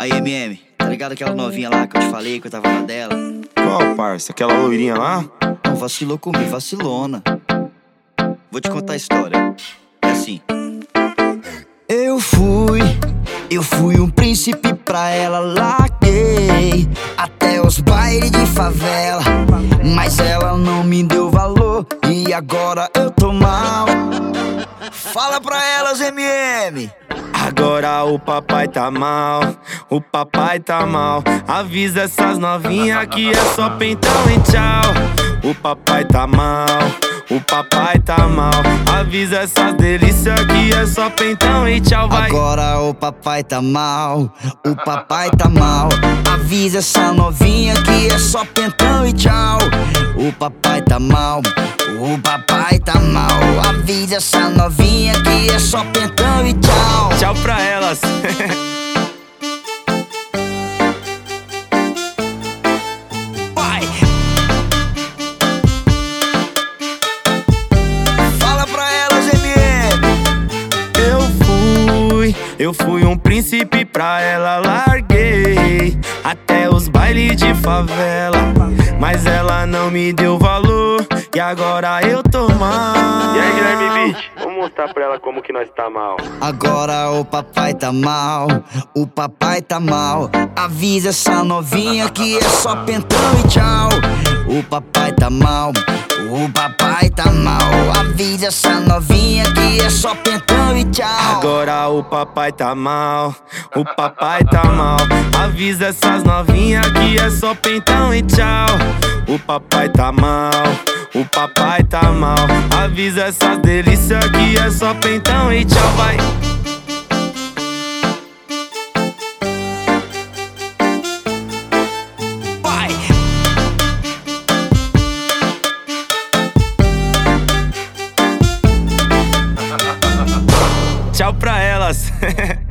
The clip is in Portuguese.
Aí, MM, tá ligado aquela novinha lá que eu te falei que eu tava na dela? Qual, parça? Aquela loirinha lá? Não vacilou comigo, vacilona. Vou te contar a história. É assim. Eu fui um príncipe pra ela, larguei até os bailes de favela, mas ela não me deu valor e agora eu tô mal. Fala pra elas, MM. Agora o papai tá mal, o papai tá mal. Avisa essas novinhas que é só pentão e tchau. O papai tá mal, o papai tá mal. Avisa essas delícias que é só pentão e tchau, vai. Agora o papai tá mal, o papai tá mal. Avisa essa novinha que é só pentão e tchau. O papai tá mal, o papai tá mal. Avisa essa novinha que é só pentão e tchau. Tchau pra elas. Vai. Fala pra elas, MM. Eu fui um príncipe pra ela, larguei até os bailes de favela, mas ela não me deu valor e agora eu tô mal. E aí, Guilherme Beat, vamos mostrar pra ela como que nós tá mal. Agora o papai tá mal, o papai tá mal. Avisa essa novinha que é só pentão e tchau. O papai tá mal, o papai tá mal. Avisa essa novinha que é só pentão e tchau. Agora o papai tá mal, o papai tá mal. Avisa essas novinhas que é só pentão e tchau. O papai tá mal, o papai tá mal. Avisa essas delícias que é só pentão e tchau, vai. Vai. Tchau pra elas.